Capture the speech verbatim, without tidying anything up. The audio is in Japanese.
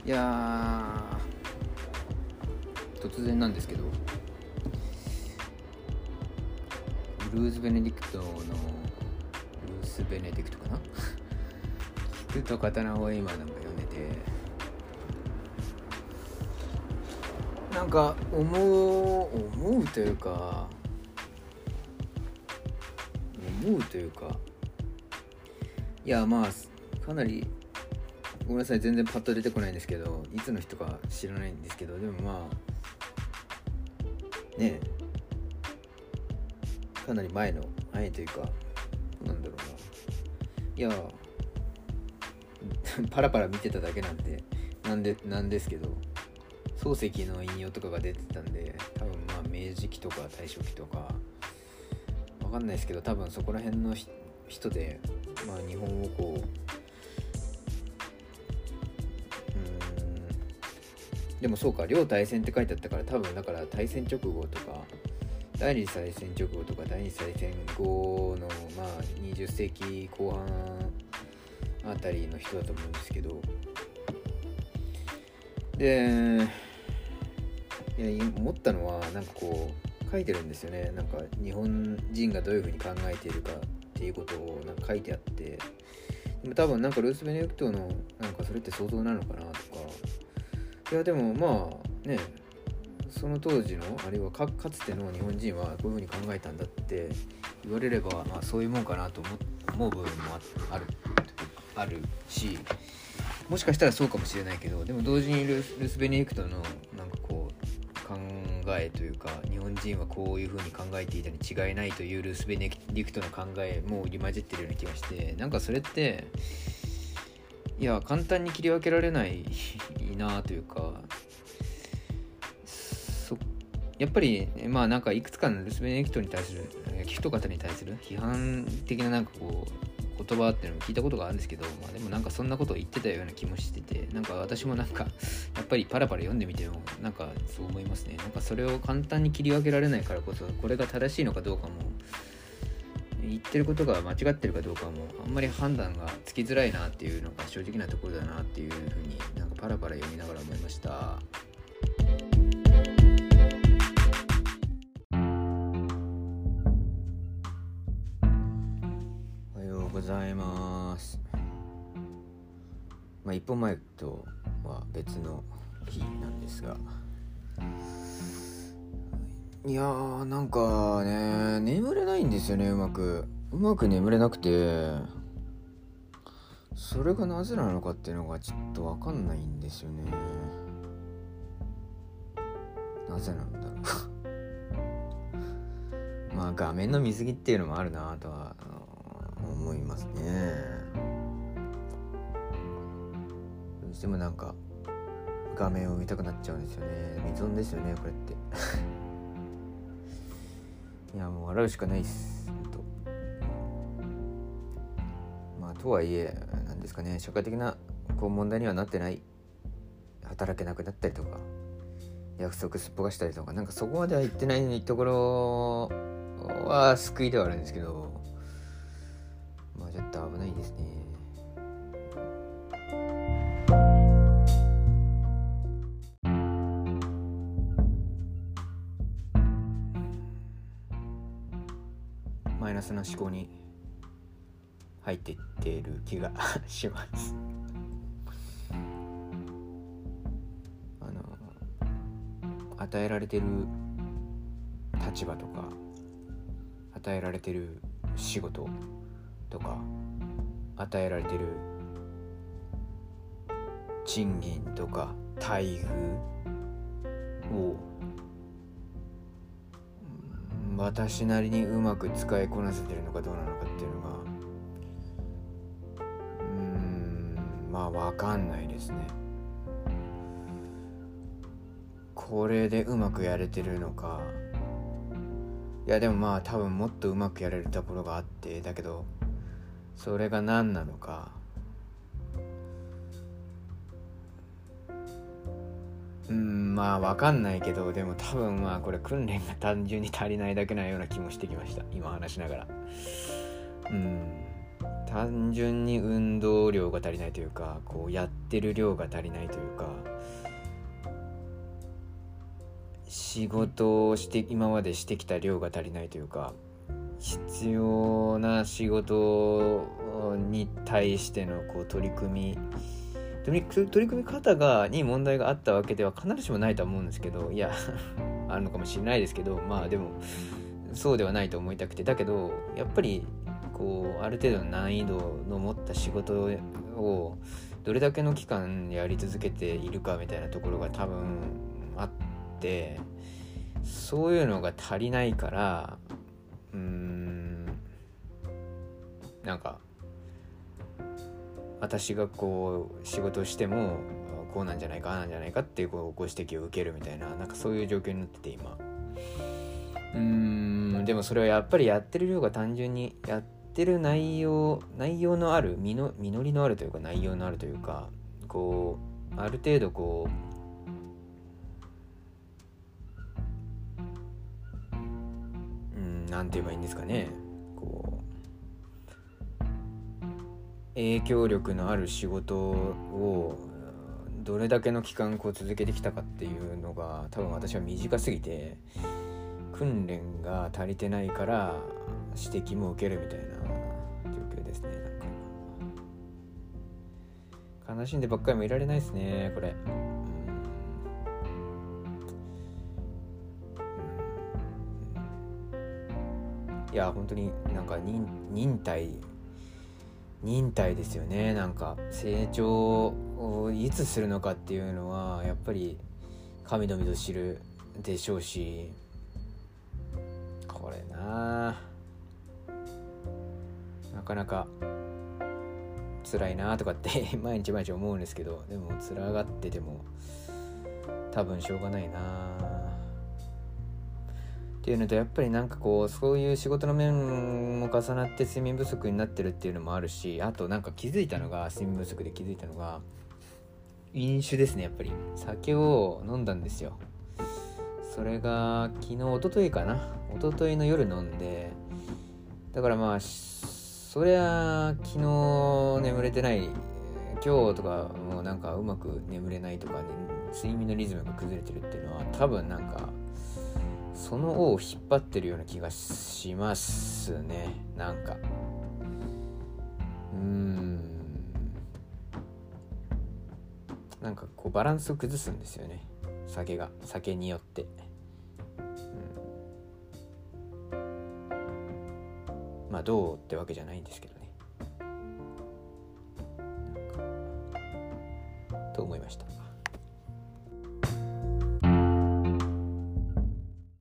いやー突然なんですけど、ルーズ・ベネディクトのルース・ベネディクトかな聞くと刀を今なんか読んでて、なんか思う思うというか思うというかいやまあかなりごめんなさい、全然パッと出てこないんですけど、いつの人か知らないんですけど、でもまあねえかなり前の前というかなんだろうないやパラパラ見てただけなんでなんでなんですけど、漱石の引用とかが出てたんで、多分まあ明治期とか大正期とかわかんないですけど、多分そこら辺の人でまあ日本をこうでもそうか、両大戦って書いてあったから、多分だから大戦直後とか第二次大戦直後とか第二次大戦後のまあにじゅっ世紀後半あたりの人だと思うんですけど、でいや思ったのはなんかこう書いてるんですよね。なんか日本人がどういうふうに考えているかっていうことをなんか書いてあって、でも多分なんかルース・ベネディクトのなんかそれって想像なのかなとか、いやでもまあね、その当時のあるいは か, かつての日本人はこういうふうに考えたんだって言われれば、まあそういうもんかなと 思, 思う部分もあるあるし、もしかしたらそうかもしれないけど、でも同時にルース・ルースベネディクトのなんかこう考えというか、日本人はこういうふうに考えていたに違いないというルース・ベネディクトの考えも入り混じってるような気がして、なんかそれっていや簡単に切り分けられないなというか、そやっぱりまあなんかいくつかのルース・ベネディクトに対する聞くと方に対する批判的ななんかこう言葉っていうのも聞いたことがあるんですけど、まあでもなんかそんなことを言ってたような気もしてて、なんか私もなんかやっぱりパラパラ読んでみてもなんかそう思いますね。なんかそれを簡単に切り分けられないからこそ、これが正しいのかどうかも言ってることが間違ってるかどうかもあんまり判断がつきづらいなっていうのが正直なところだなっていうふうになんかパラパラ読みながら思いました。おはようございます。まあ一本前とは別の日なんですが、いやーなんかね眠れないんですよね。うまくうまく眠れなくて、それがなぜなのかっていうのがちょっと分かんないんですよね。なぜなんだろうまあ画面の見過ぎっていうのもあるなとは思いますね。どうしてもなんか画面を見たくなっちゃうんですよね。依存ですよねこれっていやもう笑うしかないっすと。まあとはいえなんですかね、社会的なこう問題にはなってない、働けなくなったりとか約束すっぽかしたりとか、なんかそこまでは言ってないところは救いではあるんですけど、まあちょっと危ないですね。マイナスな思考に入っていっている気がしますあの与えられてる立場とか与えられてる仕事とか与えられてる賃金とか待遇を私なりにうまく使いこなせてるのかどうなのかっていうのがうーんまあ分かんないですね。これでうまくやれてるのか、いやでもまあ多分もっとうまくやれるところがあって、だけどそれが何なのか、うーんまあ分かんないけど、でも多分まあこれ訓練が単純に足りないだけなような気もしてきました今話しながら。うん単純に運動量が足りないというか、こうやってる量が足りないというか、仕事をして今までしてきた量が足りないというか、必要な仕事に対してのこう取り組み取り、取り組み方がに問題があったわけでは必ずしもないとは思うんですけど、いやあるのかもしれないですけど、まあでもそうではないと思いたくて、だけどやっぱりこうある程度の難易度の持った仕事をどれだけの期間やり続けているかみたいなところが多分あって、そういうのが足りないから、うーんなんか私がこう仕事をしてもこうなんじゃないかなんじゃないかっていうこうご指摘を受けるみたいな、なんかそういう状況になってて今。うーんでもそれはやっぱりやってる量が単純にやってる内容内容のある実の実りのあるというか内容のあるというか、こうある程度こううんなんて言えばいいんですかね、こう影響力のある仕事をどれだけの期間こう続けてきたかっていうのが多分私は短すぎて、訓練が足りてないから指摘も受けるみたいな状況ですね。なんか悲しんでばっかりもいられないですねこれ。いや本当になんか 忍, 忍耐忍耐ですよね。なんか成長をいつするのかっていうのはやっぱり神のみぞ知るでしょうし、これななかなか辛いなとかって毎日毎日思うんですけど、でも辛がってても多分しょうがないなっていうのと、やっぱりなんかこうそういう仕事の面も重なって睡眠不足になってるっていうのもあるし、あとなんか気づいたのが睡眠不足で気づいたのが飲酒ですね。やっぱり酒を飲んだんですよ。それが昨日一昨日かな一昨日の夜飲んで、だからまあそりゃ昨日眠れてない、今日とかもうなんかうまく眠れないとかね、睡眠のリズムが崩れてるっていうのは多分なんかその尾を引っ張ってるような気がしますね。なんかうーんなんかこうバランスを崩すんですよね、酒が酒によって、うん、まあどうってわけじゃないんですけどね、なんかと思いました。